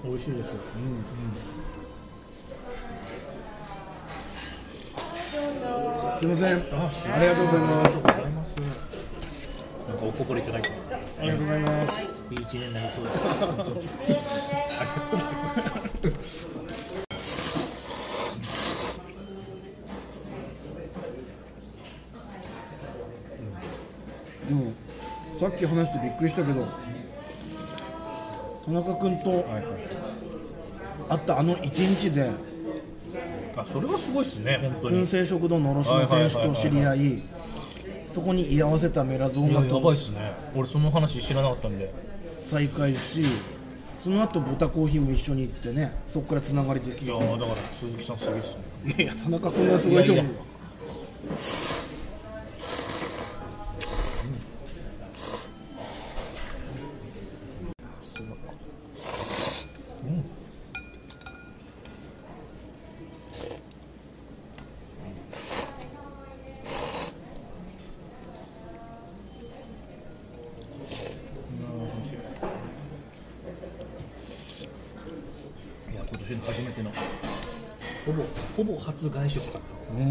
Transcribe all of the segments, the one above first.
美味しいです。 すみません。ありがとうございます。 なんかおこぼれいただいて。 ありがとうございます。 いい一年になりそうです。本当に。 でもさっき話してびっくりしたけど、田中君と会ったあの一日で、 あ、それはすごいですね、本当に。 燻製食堂の卸の店主と知り合い、そこに居合わせたメラゾーマやばいとですね。俺その話知らなかったんで。 再会し、その後ボタコーヒーも一緒に行ってね、そこからつながりできる。 いやだから鈴木さんすごいっすね。 いや田中君がすごいと思う。 いや今年の初めてのほぼ初外食だった。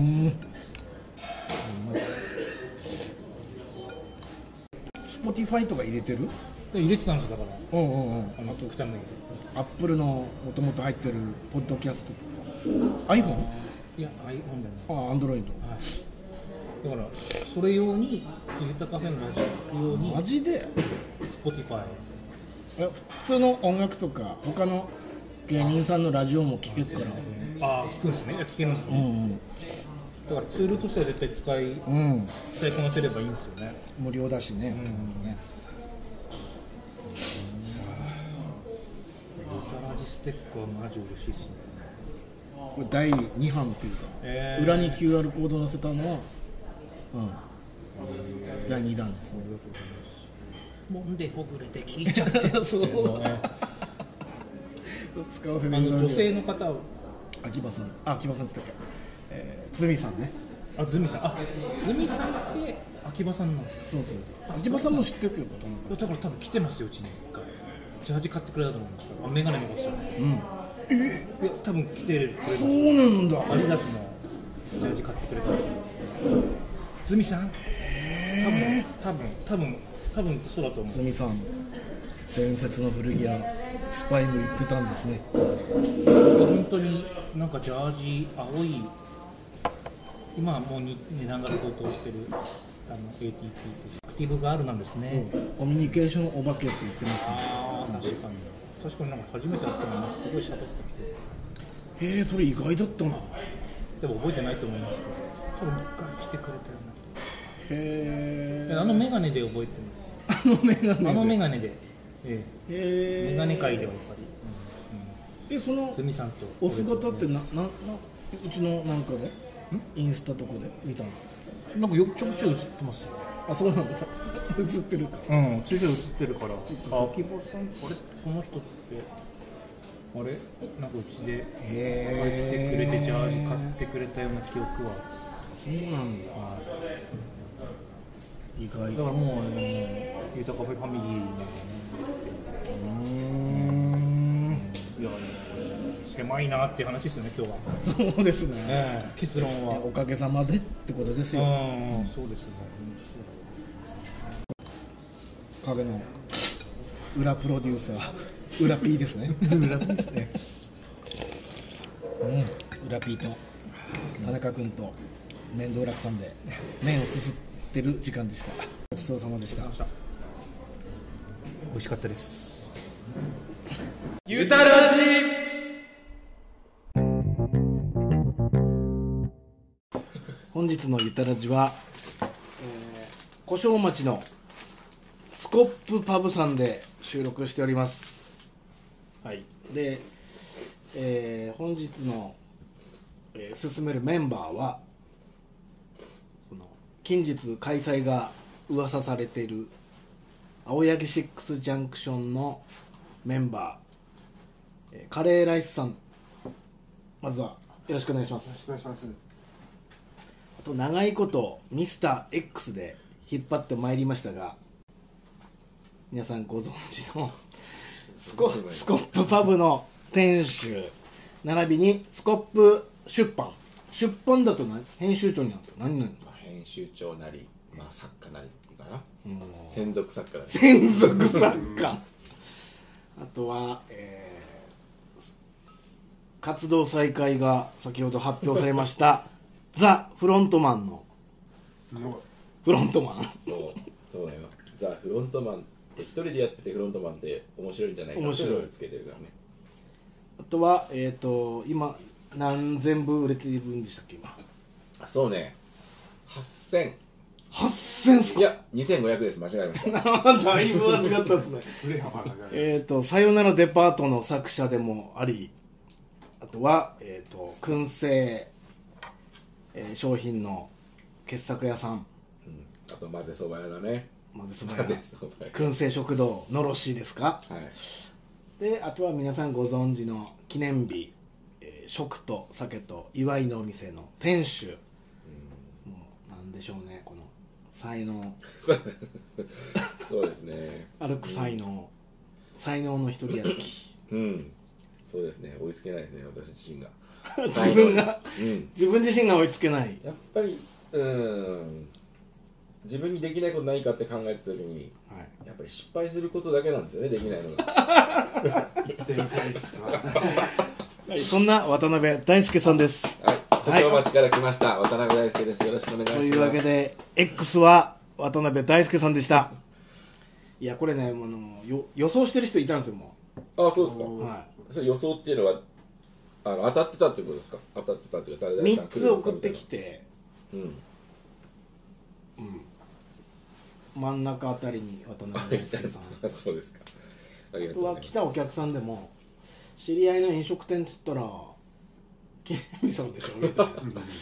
Spotify とか入れてる？ 入れてたんですよ、だから極端なアップルのもともと入ってるポッドキャスト。iPhone？ いや iPhone だよね。 あ、Android。 だからそれ用にゆたカフェのラジオ聞くようにマジで？ Spotify。 普通の音楽とか他の芸人さんのラジオも聞けるから。 ああ、聞くんですね。いや聞けるんですね。だからツールとしては絶対使いこなせればいいんですよね。 無料だしね。 ゆたラジステッカーマジ嬉しいっすね。 これ第2版っていうか、裏に QR コード載せたのは、第2弾ですね。 もんでほぐれて聞いちゃってそう使わせていただいて、 女性の方は秋葉さんって言ったっけ、ズミさんね。 ズミさんって秋葉さんなんです。 そう秋葉さんも知ってるけど、 だから多分来てますよ、うちに1回ジャージ買ってくれたと思うんですけど、メガネのこといや多分来てる。 そうなんだ。 アディダスのジャージ買ってくれたと思うんです。ズミさん、多分そうだと思う。 ズミさん、伝説の古着屋スパイム行ってたんですね。 本当になんかジャージ青い、今はもう値段が高騰してるATP アクティブガールなんですね。 コミュニケーションお化けって言ってますね。 ああ、確かになんか初めて会ったのにすごいしゃべったけど、それ意外だったな。 でも覚えてないと思いますけど、多分一回来てくれたような。 あのメガネで覚えてます。あのメガネで。メガネ界ではやっぱり。 そのズミさんとお姿ってうちのなんかでインスタとかで見たの？ なんかちょくちょい映ってますよ。 あ、そうなんだ。映ってるか。 ちょいちょい映ってるから。秋葉さん、この人ってなんかうちで来てくれてジャージ買ってくれたような記憶は。 そうなんだ。意外。 だからもうゆたカフェファミリーなんだね。いや狭いなっていう話ですよね、今日は。 そうですね。 結論はおかげさまでってことですよ。 そうですね。 影の裏プロデューサー、裏 P ですね。 裏 P ですね。 裏 P と田中君と面倒楽さんで麺をすすってる時間でした。ごちそうさまでした。 美味しかったです。 ゆたらじ。 本日のゆたらじは、小正町のスコップパブさんで収録しております。はい。で、本日の、進めるメンバーは近日開催が噂されている青柳6ジャンクションのメンバー、カレーライスさん、まずはよろしくお願いします。 よろしくお願いします。 あと長いことミスター X で引っ張ってまいりましたが、皆さんご存知のスコップパブの店主並びにスコップ出版だと編集長になるんですよ。何なんですか？ 編集長なり、作家なりっていうかな、専属作家だね。 専属作家あとは、活動再開が先ほど発表されましたザ・フロントマンのフロントマンそうだよ。ザ・フロントマンって一人でやっててフロントマンって面白いんじゃないかっていうのをつけてるからね。 あとは今何千部売れているんでしたっけ今？ そうね、8000 8000っすか？ いや2500です。間違えましただいぶ間違ったですねさよならデパートの作者でもあり、あとは燻製、商品の傑作屋さん、 あと混ぜそば屋だね。 混ぜそば屋、燻製食堂のろしですか？ はい。 であとは皆さんご存知の記念日、食と酒と祝いのお店の店主、もうなんでしょうね、この才能そうですね。 歩く才能の一人歩きそうですね。追いつけないですね、私自身が。 自分自身が追いつけない。 やっぱり自分にできないことないかって考えた時に、やっぱり失敗することだけなんですよね、できないのが。 そんな渡辺大輔さんです。 小正町から来ました渡辺大輔です。よろしくお願いします。 というわけで X は渡辺大輔さんでした。いやこれね、予想してる人いたんですよ。もう。 あ、そうですか。それ予想っていうのは当たってたってことですか？当たってたっていうか誰々さん 3つ送ってきて、真ん中あたりに渡辺大輔さんそうですか。 あとは来たお客さんでも知り合いの飲食店って言ったら木南さんでしょみたいな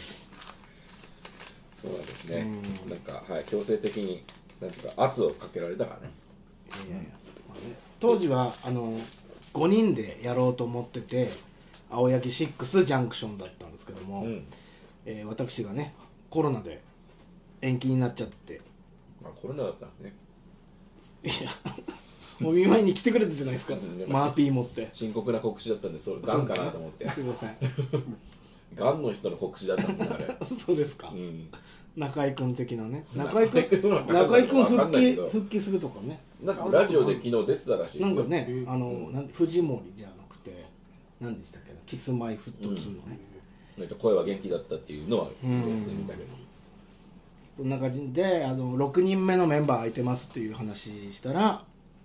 そうなんですね。なんか強制的になんか圧をかけられたからね。 当時は5人でやろうと思ってて青柳6ジャンクションだったんですけども、私がねコロナで延期になっちゃって。 コロナだったんですね。 いやお見舞いに来てくれたじゃないですかマーピー持って深刻な告知だったんで、それガンかなと思ってすいませんガンの人の告知だったんであれそうですか、中居君的なね。中居君復帰するとかね。 なんかラジオで昨日出てたらしいですよ。 なんかね、藤森じゃなくて何でしたっけな、キスマイフット2のね、 声は元気だったっていうのはニュースで見たけど、 そんな感じで6人目のメンバー空いてますっていう話したら、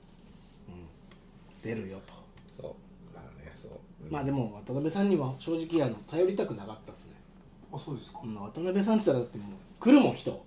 出るよと。 そうまあでも渡辺さんには正直頼りたくなかったですね。 あ、そうですか。 渡辺さんって言ったらだってもう来るもん人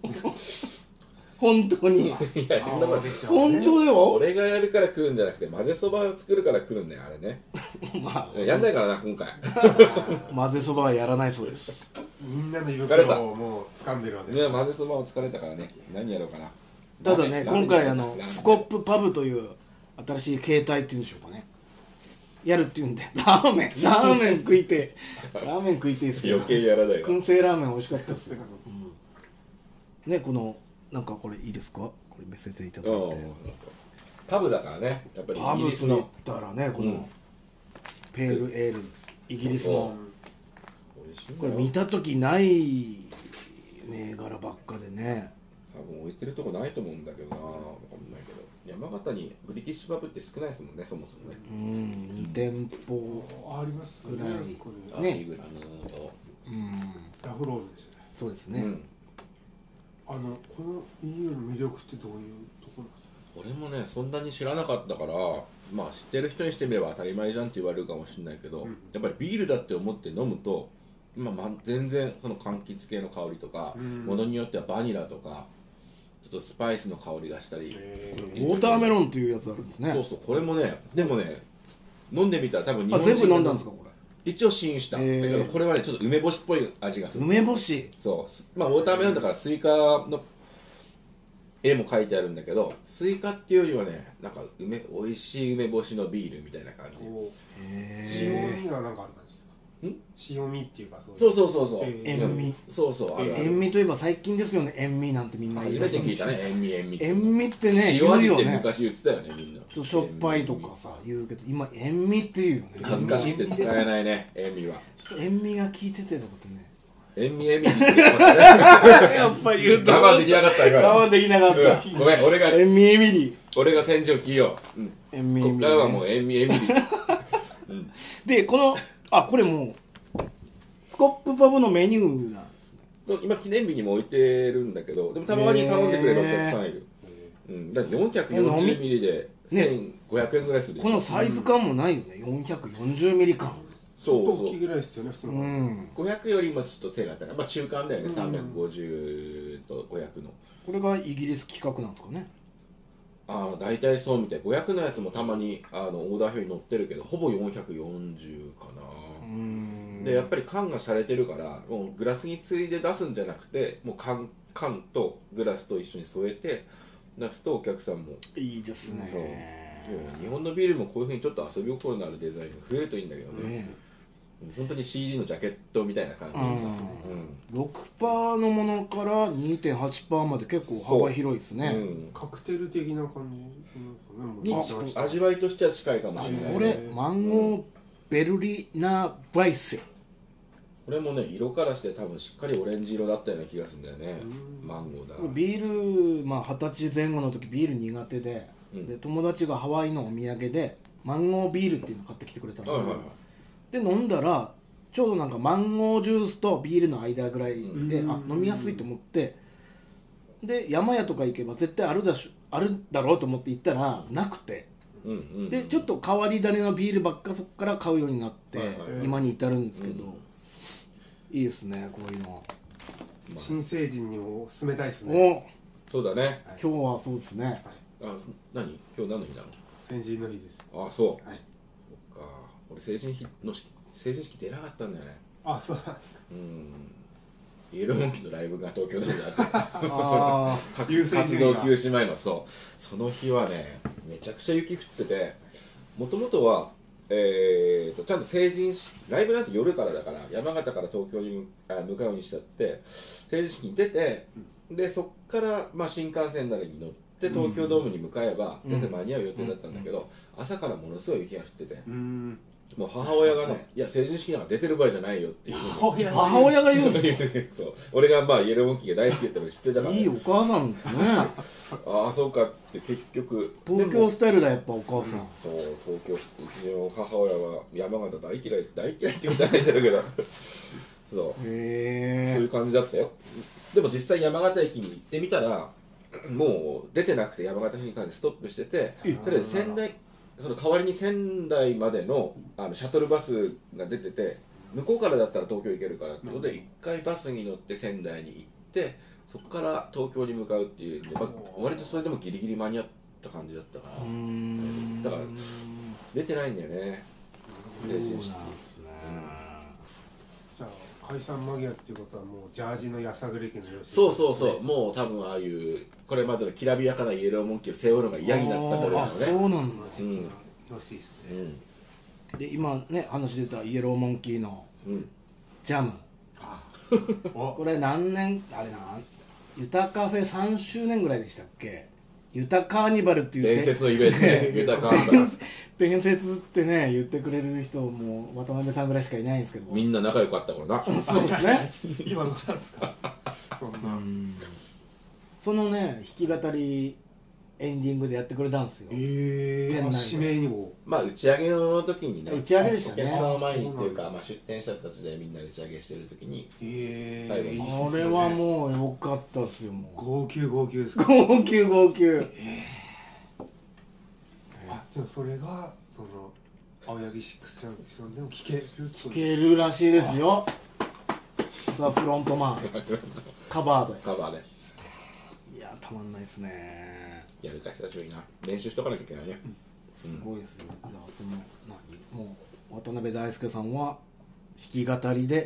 本当に。いやそんなことでしょ。 本当だよ。 俺がやるから来るんじゃなくて混ぜそばを作るから来るんだよあれね。まあやんないからな今回。 混ぜそばはやらないそうです。 みんなの胃袋をもう掴んでるわけ。 いや混ぜそばを疲れたからね。何やろうかな。 ただね今回スコップパブという新しい形態っていうんでしょうかね。やるっていうんでラーメン食いてですけど余計やらないわ。 燻製ラーメン美味しかったですよ。ね、このなんかこれいいですか、これ見せていただいて。 パブだからね、やっぱりパブと言ったらね、このペールエールイギリスのこれ見た時ない銘柄ばっかでね。 多分置いてるとこないと思うんだけどな、分かんないけど山形にブリティッシュパブって少ないですもんね、そもそもね。 2店舗ありますぐらいね。 ラフローズですね。 そうですね。 この EU の魅力ってどういうところなんですか？ 俺もねそんなに知らなかったから、まあ知ってる人にしてみれば当たり前じゃんって言われるかもしれないけど、やっぱりビールだって思って飲むと、全然その柑橘系の香りとか、ものによってはバニラとかちょっとスパイスの香りがしたり、 ウォーターメロンっていうやつあるんですね。 そうそう、これもね、でもね飲んでみたら多分日本人全部飲んだんですかこれ。 一応試飲した、だけどこれはねちょっと梅干しっぽい味がする。 梅干し、 そう、まあウォーターメロンだからスイカの絵も書いてあるんだけど、スイカっていうよりはね、なんか美味しい梅干しのビールみたいな感じ。 使用には何かあるんですか？ 塩味っていうかそうそうそうそう、 塩味、 そうそう、あるある塩味といえば最近ですよね、塩味なんてみんな言い出す初めて聞いたね、塩味塩味って塩味ってね、 塩味って言うよね。 昔言ってたよね、みんな。 しょっぱいとかさ言うけど、今塩味っていうよね。 恥ずかしいって使えないね、塩味は。 塩味が効いててとことね。 塩味塩味って言ってたね。 やっぱり言うと我慢できなかった今我慢できなかった。 うんごめん、 塩味エミリ俺が戦場切よう。 塩味エミリこっからはもう塩味塩味で、このこれもうスコップパブのメニューな。 今記念日にも置いてるんだけど、でもたまに頼んでくれるお客さんいる。だって440ミリで1500円ぐらいするでしょ。 このサイズ感もないよね、440ミリ感。 ちょっと大きいぐらいですよね、普通の。 500よりもちょっと背が高い、まあ中間だよね、350と500の。 これがイギリス規格なんですかね。 ああ、大体そうみたい。500のやつもたまにオーダー表に載ってるけど、ほぼ440かな。でやっぱり缶が洒落てるから、もうグラスについで出すんじゃなくて、もう缶とグラスと一緒に添えて出すとお客さんもいいですね。 そう日本のビールもこういうふうにちょっと遊び心のあるデザインが増えるといいんだけどね。本当に CD のジャケットみたいな感じで、 6% のものから 2.8% まで結構幅広いですね。 カクテル的な感じ、 味わいとしては近いかもしれない。 これマンゴーベルリナバイセ。 これもね、色からして多分しっかりオレンジ色だったような気がするんだよね。マンゴーだビール、20歳前後の時ビール苦手で、で友達がハワイのお土産でマンゴービールっていうのを買ってきてくれたんですよ。で飲んだらちょうどなんかマンゴージュースとビールの間ぐらいで、飲みやすいと思って、で山屋とか行けば絶対あるだろうと思って行ったらなくて、でちょっと変わり種のビールばっかそこから買うようになって、今に至るんですけど、いいですね、こういうの。 新成人にも勧めたいですね。 そうだね。 今日はそうですね。 今日何の日なの？ 成人の日です。 あ、そう。そっか。俺成人式出なかったんだよね。 あ、そうなんですか。 イエローモンキーのライブが東京であって活動休止前のその日はね、めちゃくちゃ雪降ってて、もともとはちゃんと成人式ライブなんて夜からだから山形から東京に向かうようにしちゃって、成人式に出て、でそっから新幹線などに乗って東京ドームに向かえば全然間に合う予定だったんだけど、朝からものすごい雪が降ってて、もう母親がね、いや成人式なんか出てる場合じゃないよっていう母親が言うのそう俺がイエローモンキーが大好きってのを知ってたから、 いいお母さんですね。 ああそうかっつって結局東京スタイルだ、やっぱお母さん。 そう東京、うちの母親は山形大嫌いってことはないんだけどそういう感じだったよ。でも実際山形駅に行ってみたらもう出てなくて、山形新幹線ストップしてて、とりあえず仙台、その代わりに仙台までのシャトルバスが出てて、向こうからだったら東京行けるからってことで、一回バスに乗って仙台に行って、そこから東京に向かうっていう、割とそれでもギリギリ間に合った感じだったから、だから出てないんだよね、成人式。 じゃあ解散間際っていうことはもうジャージのやさぐれ家の様子。 そうもう多分ああいうこれまでのきらびやかなイエローモンキーを背負うのが嫌になった頃なのね。 そうなんだ。 よろしいですね。 で今ね話出たイエローモンキーのジャム、これ何年あれな、ユタカフェ3周年ぐらいでしたっけ、ユタカーニバルっていう伝説のイベントねユタカーニバル伝説ってね言ってくれる人も渡辺さんぐらいしかいないんですけど、 みんな仲良かったからなそうですね今のなんですかそんなそのね弾き語りエンディングでやってくれたんですよ。 指名にも打ち上げの時にね、 打ち上げでしたね、 お客さんを前にっていうか、出店者たちでみんな打ち上げしてる時に、最後にあれはもう良かったですよ。もう号泣ですか。 号泣でもそれがその青柳シックスジャンクションでも聴けるらしいですよ。ザ・フロントマンカバーでいやたまんないですね。 やるか久しぶりな、練習しとかなきゃいけないね。 すごいですよ。もう渡辺大輔さんは弾き語りで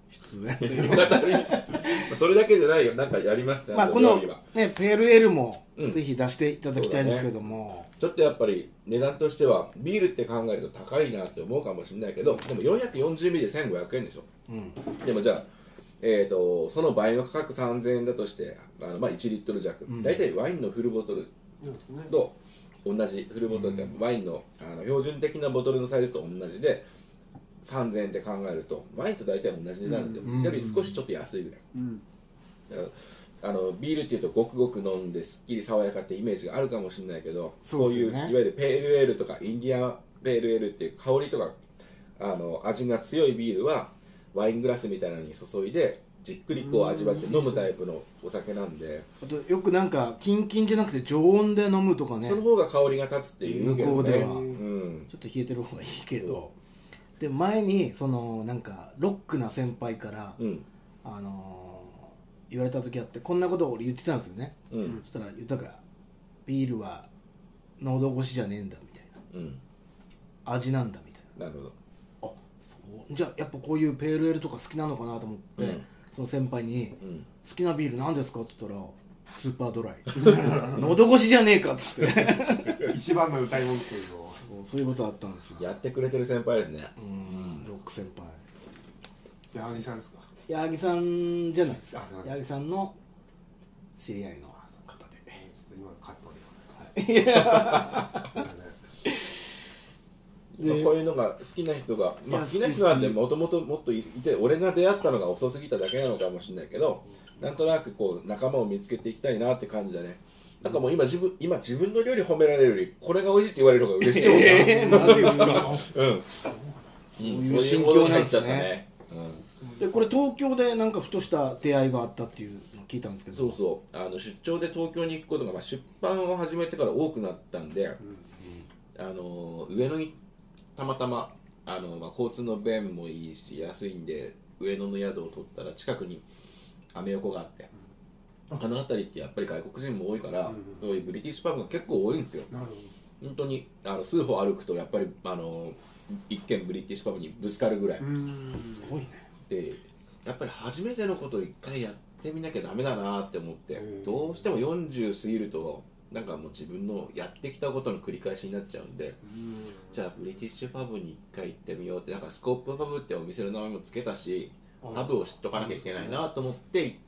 出演というそれだけじゃないよ、なんかやりましたまあこの料理はねペールエールもうんぜひ出していただきたいんですけども、 ちょっとやっぱり値段としてはビールって考えると高いなって思うかもしれないけど、でも 440ml で1500円でしょ。でもじゃあ、その倍の価格3000円だとしてまあ、1リットル弱、大体ワインのフルボトルと同じ、フルボトルってワインの標準的なボトルのサイズと同じで3000円って考えるとワインと大体同じ値段ですよ、より少しちょっと安いぐらい、だからビールっていうとごくごく飲んですっきり爽やかってイメージがあるかもしれないけど、 そうですよね、 こういういわゆるペールエールとかインディアンペールエールっていう香りとか味が強いビールはワイングラスみたいなのに注いでじっくりこう味わって飲むタイプのお酒なんで、 あとよくなんかキンキンじゃなくて常温で飲むとかね、 その方が香りが立つっていうけどね、 向こうではうんちょっと冷えてる方がいいけど、で前にそのなんかロックな先輩から、 うん言われた時あって、こんなことを俺言ってたんですよね、 うんそしたら言ったからビールは喉越しじゃねえんだみたいうんな、味なんだみたいなるほど、 な、あそうじゃあやっぱこういうペールエールとか好きなのかなと思って、 うんその先輩に、 うん好きなビール何ですかって言ったらスーパードライ喉越しじゃねえかっつって一番の歌い文句をそういうことあったんですよ、 やってくれてる先輩ですね。 ロック先輩、 矢作さんですか？ 八木さんじゃないですかあすいません、 八木さんの知り合いの方で、 ちょっと今カットでお願いします。すいません。 でこういうのが好きな人が、まあ、 いや好きな人なんてもともともっといて、俺が出会ったのが遅すぎただけなのかもしれないけど、なんとなくこう仲間を見つけていきたいなって感じだね。なんかもう今自分の料理褒められるよりこれが美味しいって言われる方が嬉しいよな。 マジですかうんそういう心境なんですね。 うんでこれ東京でなんかふとした出会いがあったっていうのを聞いたんですけど、 そうそう出張で東京に行くことが、まあ、出版を始めてから多くなったんで、上野にたまたままあ、交通の便もいいし安いんで上野の宿を取ったら近くにアメ横があって、あの辺りってやっぱり外国人も多いから、そういうブリティッシュパブが結構多いんですよ。 なるほ本当に数歩歩くとやっぱり一軒ブリティッシュパブにぶつかるぐらい、 ど。 すごいね。 でやっぱり初めてのことを一回やってみなきゃダメだなって思って、 うんどうしても40過ぎるとなんかもう自分のやってきたことの繰り返しになっちゃうんで、じゃあブリティッシュパブに一回行ってみようって、なんかスコープパブってお店の名前もつけたし、パブを知っとかなきゃいけないなと思って行って、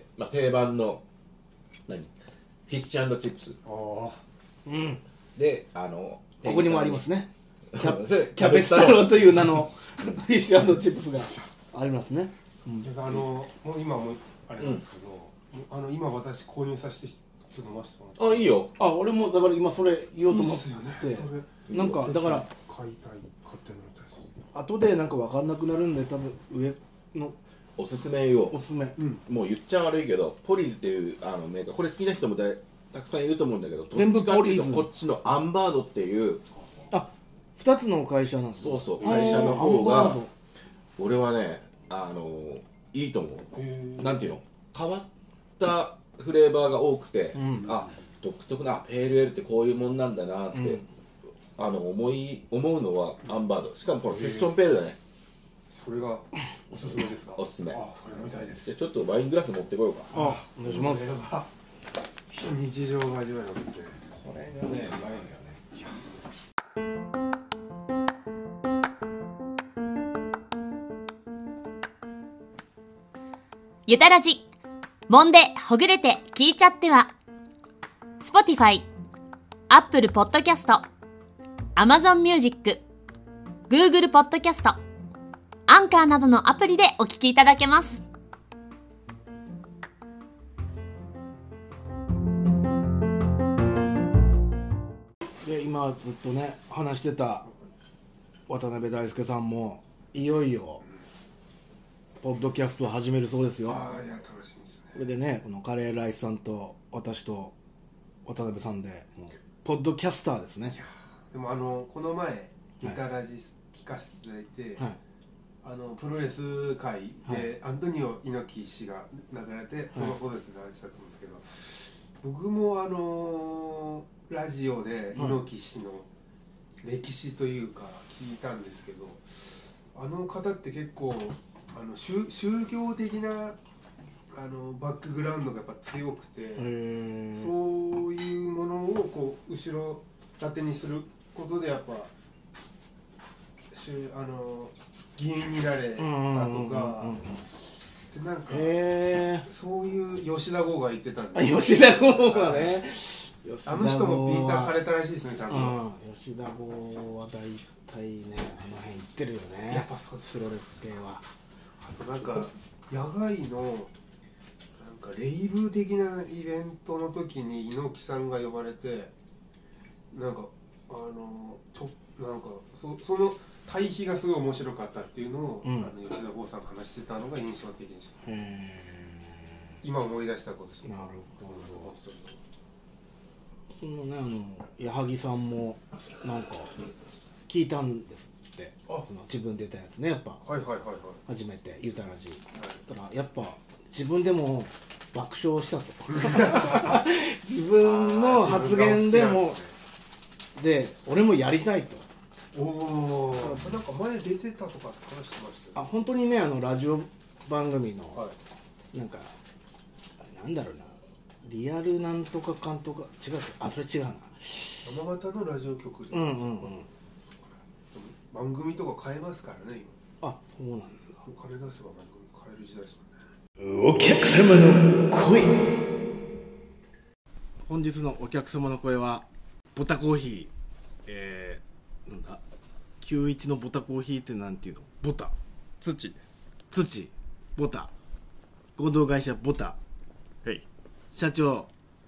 まあ、定番のフィッシュ&チップスうん。 でここにもありますね。キキャベツ太郎という名のフィッシュ&チップスがありますね。 もう今もあれなんですけど、今私購入させてちょっと飲ませてもらって。 あいいよ。 あ、俺もだから今それ言おうと思っいいっすよね。 て、 それなんかだから買って飲みたいです。 後でなんか分かんなくなるんで多分上のおすすめよおすすめ。 もう言っちゃ悪いけどポリーズっていうメーカー、これ好きな人もたくさんいると思うんだけど、 全部どっちかっていうとポリーズこっちのアンバードっていうあ、2つの会社なんですね。 そうそう会社の方がアンバード俺はねいいと思う。なんていうの、変わったフレーバーが多くて、独特なペールエールってこういうもんなんだなって、思うのはアンバード、しかもこのセッションペールだね。 それがおすすめですか？ おすすめ。 あ、それ飲みたいです。 でちょっとワイングラス持ってこようか。 あ、お願いします。 非日常が味わえるわけですね。 これがねうまいんだよね。 ゆたらじ揉んでほぐれて聞いちゃっては Spotify、Apple Podcast、Amazon Music、Google Podcast、Anchor などのアプリでお聞きいただけます。 で今ずっとね話してた渡辺大輔さんもいよいよポッドキャストを始めるそうですよ。 ああ、いや楽しみですね。 これでね、このカレーライスさんと私と渡辺さんでもうポッドキャスターですね。 でもこの前ギタラジ聞かせていただいて、 はい、 プロレス界で、 はいアントニオ猪木氏が亡くなってそのことですね話したと思うんですけど、僕もラジオで猪木氏の歴史というか聞いたんですけど、あの方って結構宗教的なバックグラウンドがやっぱ強くて、そういうものをこう後ろ盾にすることでやっぱ議員になれたとか、でなんかそういう吉田剛が言ってたんで、 吉田剛がね、 あの人もビンタされたらしいですね、ちゃんと。 吉田剛は大体ね、あの辺行ってるよね。 やっぱそうです。 プロレス系は。 あとなんか野外のなんかレイブ的なイベントの時に猪木さんが呼ばれて、なんかなんかその対比がすごい面白かったっていうのを、吉田剛さんが話してたのが印象的でした。今思い出したことです。 なるほど。そのね、矢作さんもなんか聞いたんですって、その自分で出たやつね、やっぱ初めてゆたらじ、だからやっぱ自分でも爆笑したと自分の発言でもで俺もやりたいと。 なんか前出てたとかって話してましたよ。 本当にね、ラジオ番組の、なんかなんだろうな、リアルなんとかかんとか違う、それ違うな、 山形のラジオ局で、番組とか変えますからね今。そうなんだ。 お金出せば番組変える時代ですもんね。 お客様の声。本日のお客様の声はボタコーヒー、なんだ91のボタコーヒーってなんていうの、ボタ土です。 土ボタ合同会社ボタ社長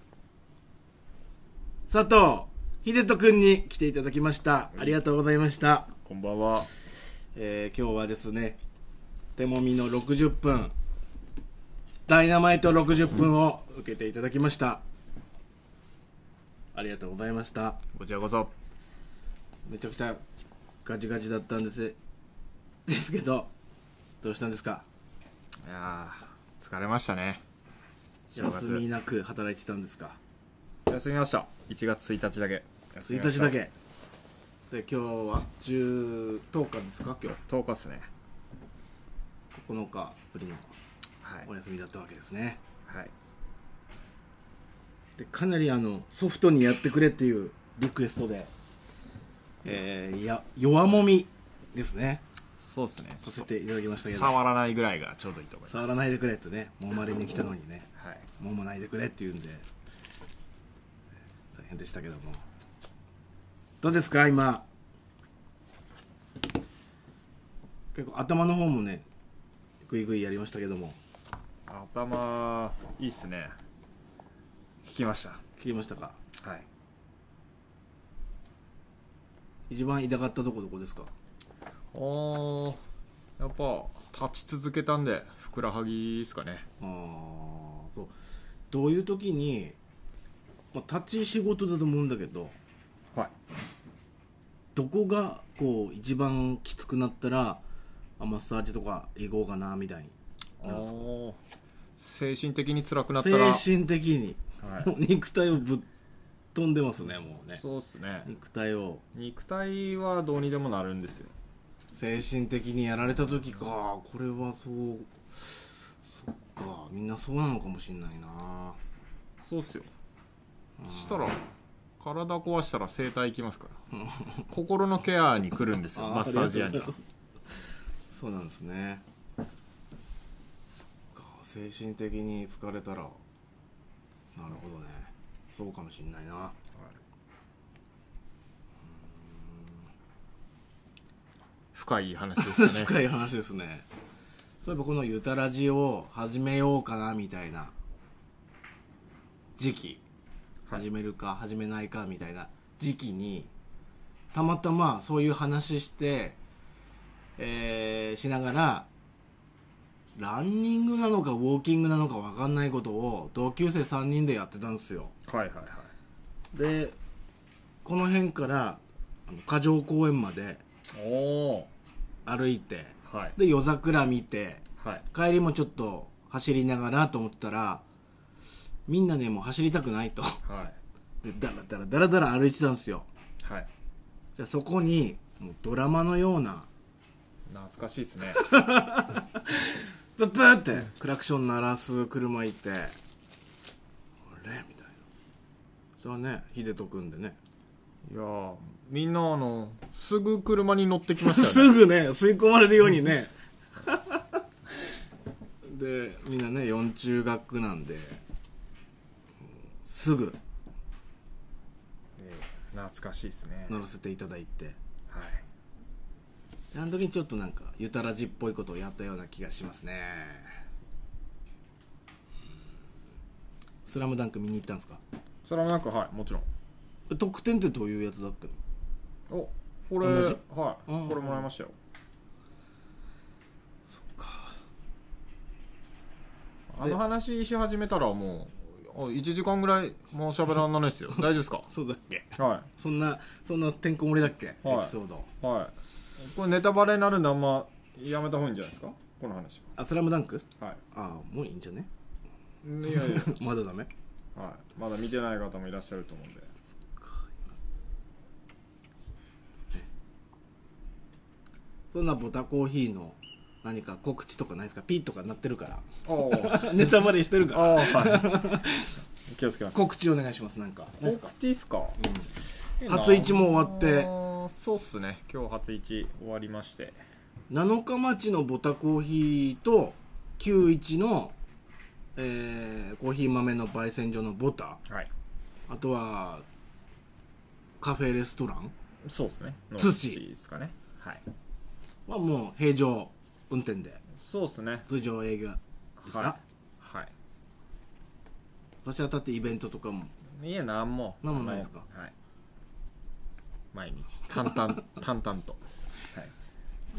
佐藤秀人くんに来ていただきました。ありがとうございました。 こんばんは。 今日はですね、手もみの60分ダイナマイト60分を受けていただきました。ありがとうございました。 こちらこそ。 めちゃくちゃガチガチだったんですけど、どうしたんですか？ いやー、疲れましたね。 休みなく働いてたんですか？ 休みました。1月1日だけ。 1日だけで、今日は10日ですか？今日 10日ですね。 9日ぶりのお休みだったわけですね。でかなりソフトにやってくれっていうリクエストで、弱もみですね。 そうですね。 させていただきましたけど、 触らないぐらいがちょうどいいと思います。 触らないでくれとね、もまれに来たのにね、もまないでくれっていうんで大変でしたけども、どうですか今？結構頭の方もねグイグイやりましたけども。 頭いいっすね。聞きました。 聞きましたか？一番痛かったとこどこですか？ やっぱ立ち続けたんでふくらはぎですかね。 そう。どういう時に、立ち仕事だと思うんだけど、どこがこう一番きつくなったらマッサージとか行こうかなみたいになるんですか？ 精神的に辛くなったら、 精神的に、もう肉体をぶっ飛んでますね、もうね。 そうっすね。 肉体はどうにでもなるんですよ。 精神的にやられた時か、これはそっか、みんなそうなのかもしんないな。 そうっすよ。したら体壊したら整体行きますから心のケアに来るんですよ、マッサージ屋には。 そうなんですね。精神的に疲れたら、なるほどね、そうかもしんないな。 深い話ですね。 深い話ですね。そういえばこのゆたらじを始めようかなみたいな時期、始めるか始めないかみたいな時期にたまたまそういう話して、しながらランニングなのかウォーキングなのか分かんないことを同級生3人でやってたんですよ。でこの辺から花城公園まで歩いて、で夜桜見て、帰りもちょっと走りながらと思ったら、みんなねもう走りたくないと、でだらだら歩いてたんですよ。じゃあそこにもうドラマのような懐かしいですね。 プップーってクラクション鳴らす車いて、あれみたいな。それはね、秀人君でね、 いやー、みんなすぐ車に乗ってきましたすよね。 ぐね吸い込まれるようにねでみんなね4中学なんで、すぐ懐かしいですね。 乗らせていただいて、 はい。 あの時にちょっとなんかゆたらじっぽいことをやったような気がしますね。スラムダンク見に行ったんですか？ それはなんか、はい、もちろん。 得点ってどういうやつだっけ？ お、これ、 同じはい、 うんこれもらいましたよ。あの話し始めたらもう1時間ぐらいもう喋らないですよ。大丈夫ですか？ そうだっけ？ はそんなてんこ盛りだっけ、 はいエピソード。 い。はい。これネタバレになるんであんまやめた方がいいんじゃないですか、この話あ、スラムダンク？ は。 ああ、もういいんじゃね？ はい。いやいや、 まだダメ？ はい。まだ見てない方もいらっしゃると思うんで。 そんなボタコーヒーの何か告知とかないですか？ピーとかなってるからおーネタバレしてるからあー、はい。気をつけます。 告知お願いします。なんかないですか？ 告知っすか？ 初市も終わってそうっすね。今日初市終わりまして、 七日町のボタコーヒーと91の、コーヒー豆の焙煎所のボタ、 はい。 あとはカフェレストランそうですね。 土ですかね。はい。 はもう平常運転でそうっすね。 通常営業ですか？ はい。はい。 差し当たってイベントとかもいえ、なんもないですか？ はい。毎日淡々淡々と。はい。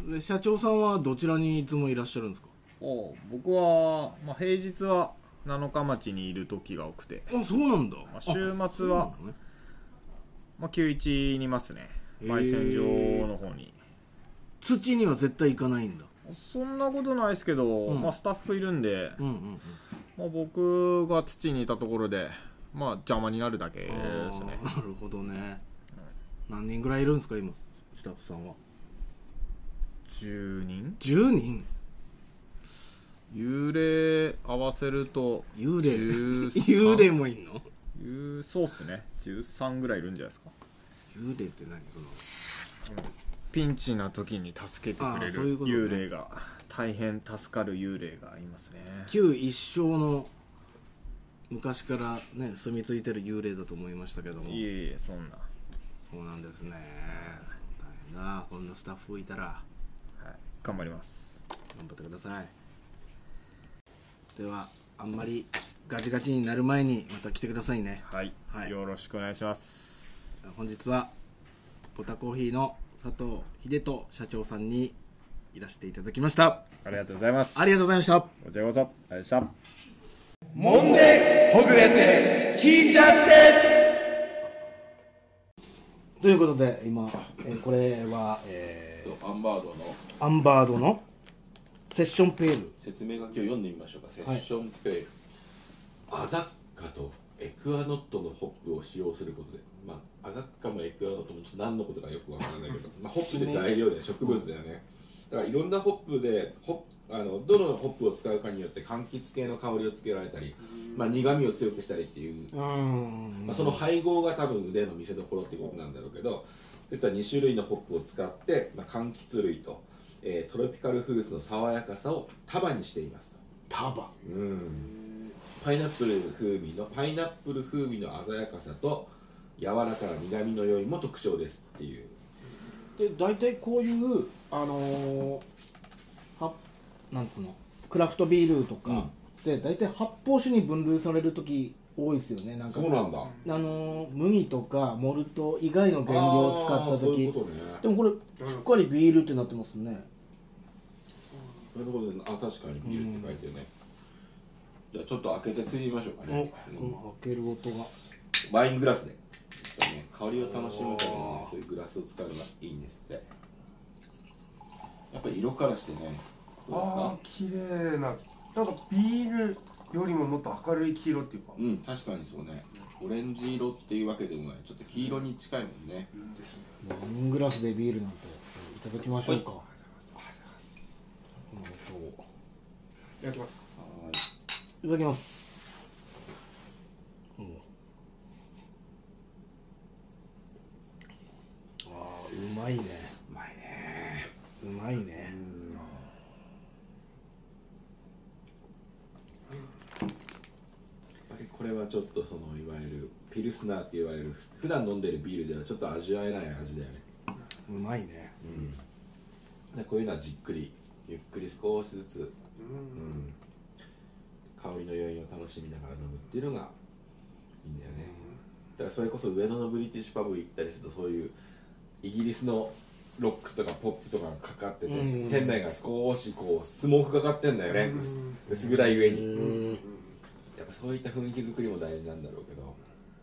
で社長さんはどちらにいつもいらっしゃるんですか？ 僕は、まあ、平日は七日町にいる時が多くて、 あ、そうなんだ。 まあ、週末は、 そうなんだね。 まあ、91にいますね。焙煎所の方に。 土には絶対行かないんだ。 そんなことないですけど、 うんまあ、スタッフいるんで、 うんうんうん。 まあ、僕が土にいたところで、まあ、邪魔になるだけですね。 なるほどね。何人ぐらいいるんですか今スタッフさんは 10人 ？10人？ 幽霊合わせると幽霊 13 幽霊もいんの？ そうっすね。13ぐらいいるんじゃないですか。 幽霊って何？そのピンチな時に助けてくれるそういうことね幽霊が、大変助かる幽霊がいますね。 旧一生の昔からね住み着いてる幽霊だと思いましたけども、 いえいえ、そんな。 そうなんですね。大変な、こんなスタッフいたらはい、頑張ります。 頑張ってください。ではあんまりガチガチになる前にまた来てくださいね。 はい、 はいよろしくお願いします。 本日はボタコーヒーの佐藤秀人社長さんにいらしていただきました。 ありがとうございます。 ありがとうございました。 こちらこそありがとうございました。 もんでほぐれて聞いちゃってということで今、これは、 アンバードのアンバードのセッションペール。 説明書きを読んでみましょうか。セッションペール、アザッカとエクアノットのホップを使用することで、まあ、アザッカもエクアノットもちょっと何のことかよくわからないけど、まあ、ホップで材料で植物だよね。だからいろんなホップでどのホップを使うかによって柑橘系の香りをつけられたり、まあ、苦味を強くしたりっていう、まあ、その配合が多分腕の見せ所っていうことなんだろうけど、そういった2種類のホップを使って、まあ、柑橘類と、トロピカルフルーツの爽やかさを束にしていますと。 束。 パイナップル風味の鮮やかさと柔らかな苦味の酔いも特徴ですっていう。 で大体こういうなんつうのクラフトビールとか、で大体発泡酒に分類される時多いですよね。なんかそうなんだ。 麦とかモルト以外の原料を使った時、 そういうことね。 でもこれしっかりビールってなってますね。 なるほどね。あ、確かにビールって書いてるね。じゃあちょっと開けてついてみましょうかね。 この開ける音がワイングラスで、ね、香りを楽しむためにね、そういうグラスを使うのがいいんですって。やっぱり色からしてね、どうですか？ 綺麗な、なんかビールよりももっと明るい黄色っていうか。 確かにそうね。オレンジ色っていうわけでもない、ちょっと黄色に近いもんね。 ワイングラスでビールなんていただきましょうか。 そういただきます。 いただきます。ああ、うまいね。 うまいね。 うまいね。 これはちょっとそのいわゆるピルスナーって言われる普段飲んでるビールではちょっと味わえない味だよね。 うまいね。 でこういうのはじっくりゆっくり少しずつ、香りの余韻を楽しみながら飲むっていうのがいいんだよね。だからそれこそ上野のブリティッシュパブ行ったりするとそういうイギリスのロックとかポップとかがかかってて、店内が少しこうスモークかかってんだよね、薄暗い上に。やっぱそういった雰囲気作りも大事なんだろうけど、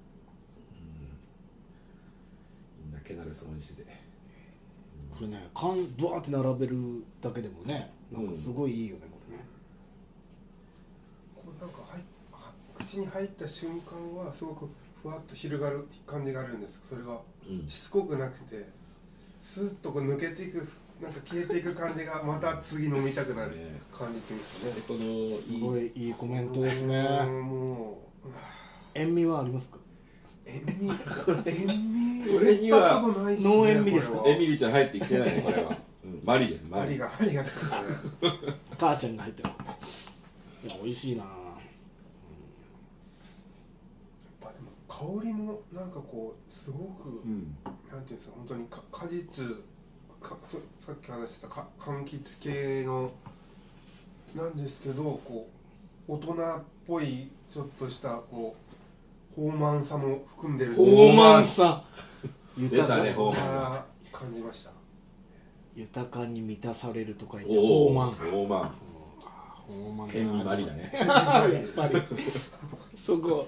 みんなけなるそうにしてて、 これね、缶ブワーって並べるだけでもね、なんかすごいいいよね、これね。 こうなんか口に入った瞬間はすごくふわっと広がる感じがあるんですけど、それがしつこくなくてスーッとこう抜けていく、なんか消えていく感じがまた次飲みたくなる感じてますね。 このすごいいいコメントですね。 もう塩味はありますか？ 塩味これにはノー塩味ですか？ エミリちゃん入ってきてないね、これは。マリです、マリ。 が母ちゃんが入ってる。いや、美味しいな。 香りもなんかこうすごく、なんていうんですか、本当に果実さっき話してた柑橘系のなんですけど、こう大人っぽいちょっとしたこう豊満さも含んでる。 豊満さ。 出たね、豊満。 感じました。 豊かに満たされるとか言って豊満。 豊満。塩味マリだね。 やっぱり。そこ。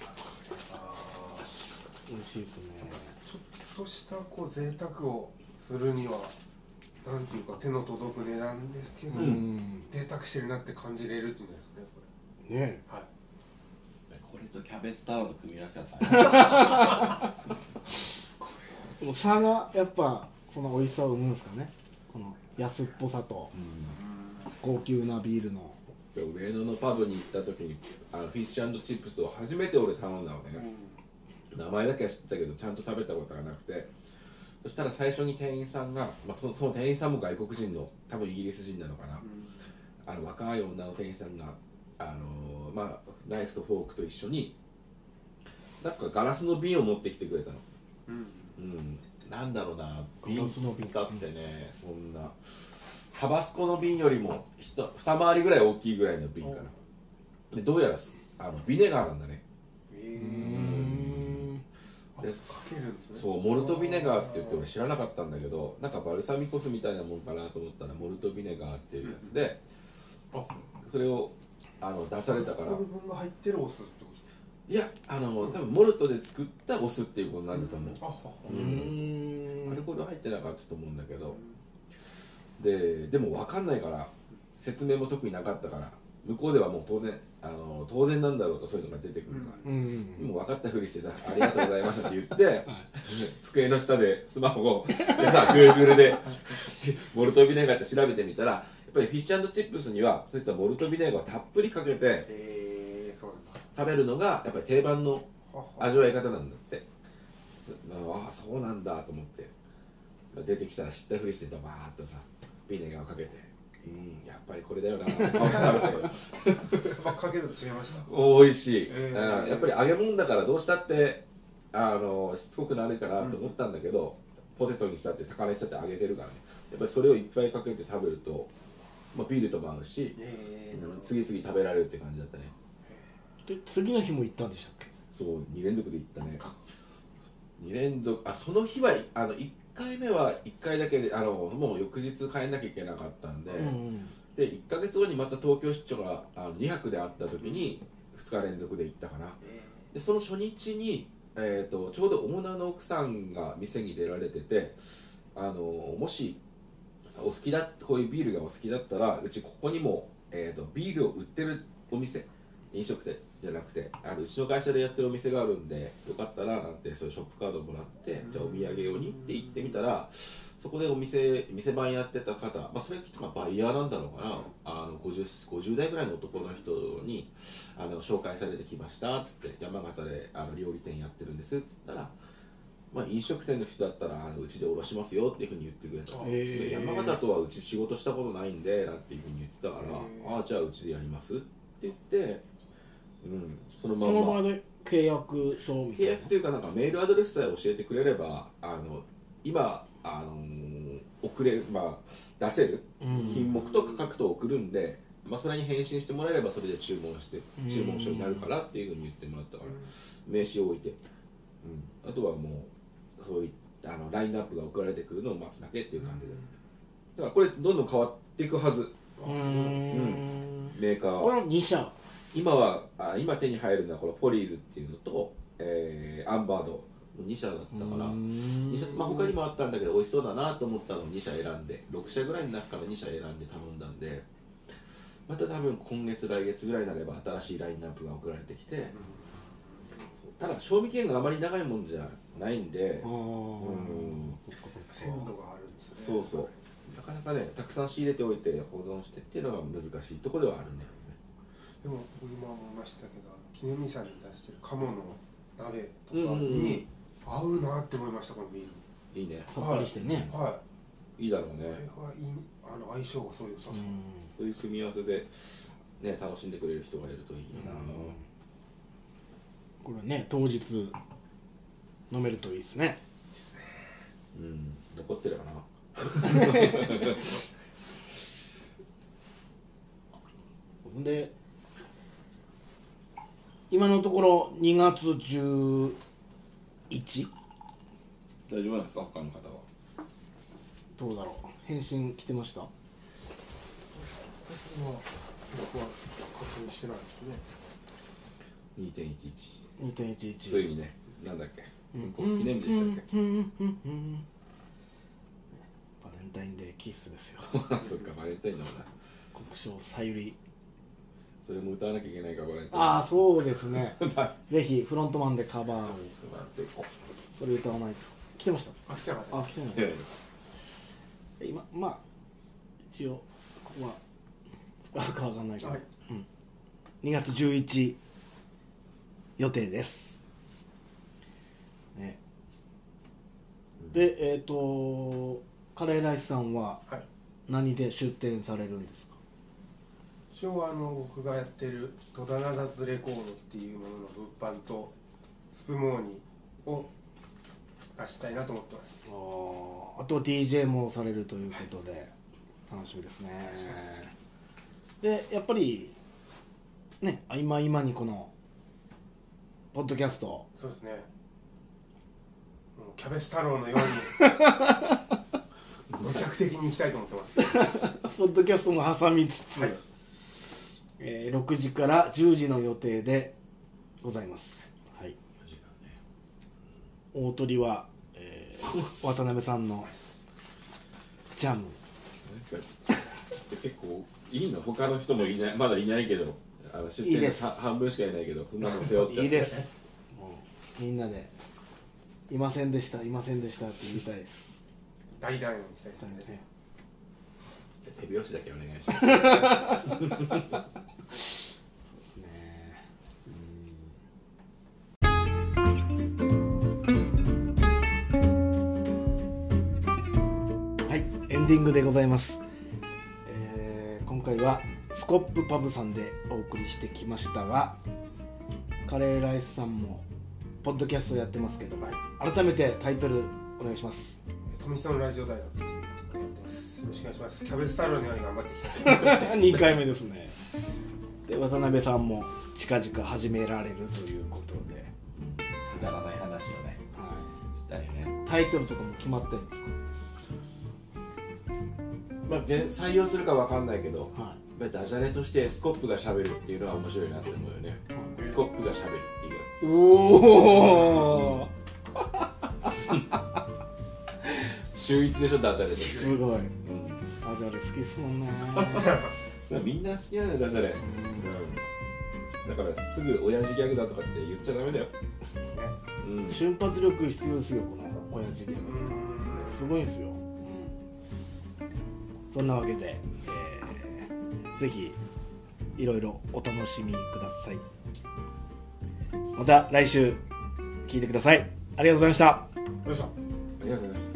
美味しいですね。 ちょっとしたこう贅沢をするにはなんていうか手の届く値段ですけど、贅沢してるなって感じれるっていうんですかね、これ。 ね。 はい。 これとキャベツタワーの組み合わせは最高。もう差がやっぱその美味しさを生むんですかね。この安っぽさと高級なビールの。 上野のパブに行った時にフィッシュ&チップスを初めて俺頼んだのね。名前だけは知ってたけどちゃんと食べたことがなくて、そしたら最初に店員さんが、その店員さんも外国人の多分イギリス人なのかな、若い女の店員さんがナイフとフォークと一緒になんかガラスの瓶を持ってきてくれたの。なんだろうな、瓶だってね、そんなタバスコの瓶よりも二回りぐらい大きいぐらいの瓶かな。でどうやらビネガーなんだね。そうモルトビネガーって言って俺知らなかったんだけど、なんかバルサミコ酢みたいなもんかなと思ったらモルトビネガーっていうやつで、それを出されたから、 部分が入ってるお酢ってことですか？ いや多分モルトで作ったお酢っていうことなんだと思う。アルコール入ってなかったと思うんだけど、でも分かんないから説明も特になかったから、向こうではもう当然なんだろうとそういうのが出てくるから、もう分かったふりしてさ「ありがとうございます」って言って、机の下でスマホをでさ Google でモルトビネガーって調べてみたら、やっぱりフィッシュ&チップスにはそういったモルトビネガーをたっぷりかけて食べるのがやっぱり定番の味わい方なんだって。ああそうなんだと思って出てきたら知ったふりしてドバーッとさビネガーをかけて。やっぱりこれだよな。 かけると違いました。 美味しい。やっぱり揚げ物だからどうしたってしつこくなるかなと思ったんだけど、ポテトにしたって魚にしたって揚げてるからね。やっぱりそれをいっぱいかけて食べると、ビールとも合うし、次々食べられるって感じだったね。 で次の日も行ったんでしたっけ？ そう2連続で行ったね。2連続その日は1回目は1回だけでもう翌日帰んなきゃいけなかったんで、で1ヶ月後にまた東京出張が2泊であった時に2日連続で行ったかな。でその初日に、ちょうどオーナーの奥さんが店に出られてて、もしお好きだこういうビールがお好きだったらうちここにも、ビールを売ってるお店飲食店じゃなくてうちの会社でやってるお店があるんでよかったらなんてそういうショップカードもらって、じゃあお土産用にって言ってみたら、そこで店番やってた方、それきっとバイヤーなんだろうかな、50代ぐらいの男の人に紹介されてきましたっつって、山形で料理店やってるんですっつったら、飲食店の人だったらうちでおろしますよっていうふうに言ってくれた。で山形とはうち仕事したことないんでなんていうふうに言ってたから、じゃあうちでやりますって言って、そのままその場で契約書みたいな。 契約というか、なんかメールアドレスさえ教えてくれれば今出せる品目と価格と送るんで、それに返信してもらえればそれで注文書になるからっていうふうに言ってもらったから、名刺を置いて、あとはもうそういうラインナップが送られてくるのを待つだけっていう感じで、だからこれどんどん変わっていくはず。メーカーはこの2社今手に入るのはこのポリーズっていうのと、アンバードの2社だったから、2社、他にもあったんだけど美味しそうだなと思ったのを2社選んで、6社ぐらいの中から2社選んで頼んだんで、また多分今月来月ぐらいになれば新しいラインナップが送られてきて、ただ賞味期限があまり長いもんじゃないんで、 鮮度があるんですね。 そうそう、なかなかねたくさん仕入れておいて保存してっていうのが難しいところではあるね。 でも今思いましたけど、記念日さんに出してる鴨の鍋とかに合うなって思いました。このビールいいね、 さっぱりしてね。 いいだろうね。 これはいい、相性がそう良さそう。 そういう組み合わせでね楽しんでくれる人がいるといいな。 これね、当日飲めるといいですね。 残ってるかな。 で今のところ2月11。 大丈夫なんですか、他の方は。 どうだろう、返信来てました？ 僕は確認してないですね。 2.11 2.11 ついにね、なんだっけ、記念日でしたっけ。 バレンタインデーキッスですよ。 そっか、バレンタインだもんな。 国章さゆり。 それも歌わなきゃいけないから、バレンタイン。 ああ、そうですね。ぜひフロントマンでカバーをそれ歌わないと。来てました？ 来てなかったです。 来てない。今一応ここは使うかわかんないけど、2月11予定です、ね。でカレーライスさんは何で出店されるんですか？ 一応僕がやってる戸田ナザズレコードっていうものの物販とスプモーニを出したいなと思ってます。 あと DJ もされるということで楽しみですね。でやっぱりね、合間にこのポッドキャスト、 そうですね、もうキャベツ太郎のように土着的にいきたいと思ってますポッドキャストも挟みつつ、6時から10時の予定でございます。はい、大鳥は、渡辺さんのジャム結構いいの、他の人もいない、まだいないけど、出店で半分しかいないけど、そんなの背負っちゃって。 いいです。もうみんなでいませんでしたって言いたいです。 大団円にしたいですね。 じゃあ手拍子だけお願いしますそうですね。はい、エンディングでございます。今回はスコップパブさんでお送りしてきましたが、カレーライスさんもポッドキャストやってますけど、改めてタイトルお願いします。 富久のラジオ大学っていうのをやってます。よろしくお願いします。キャベツ太郎のように頑張っていきたいと思います 2回目ですね。で渡辺さんも近々始められるということで、 くだらない話をね、したいね。 タイトルとかも決まってるんですか？採用するかわかんないけど、ダジャレとしてスコップがしゃべるっていうのは面白いなって思うよね。スコップがしゃべるっていうやつ。 おお秀逸でしょ、ダジャレで。 すごい、ダジャレ好きっすもんねみんな好きなんだよ、ダジャレ。 だからすぐ親父ギャグだとかって言っちゃダメだよ、うん、 瞬発力必要ですよ、この親父ギャグすごいんですよ、そんなわけで、ぜひいろいろお楽しみください。また来週聞いてください。ありがとうございました。 ありがとうございます。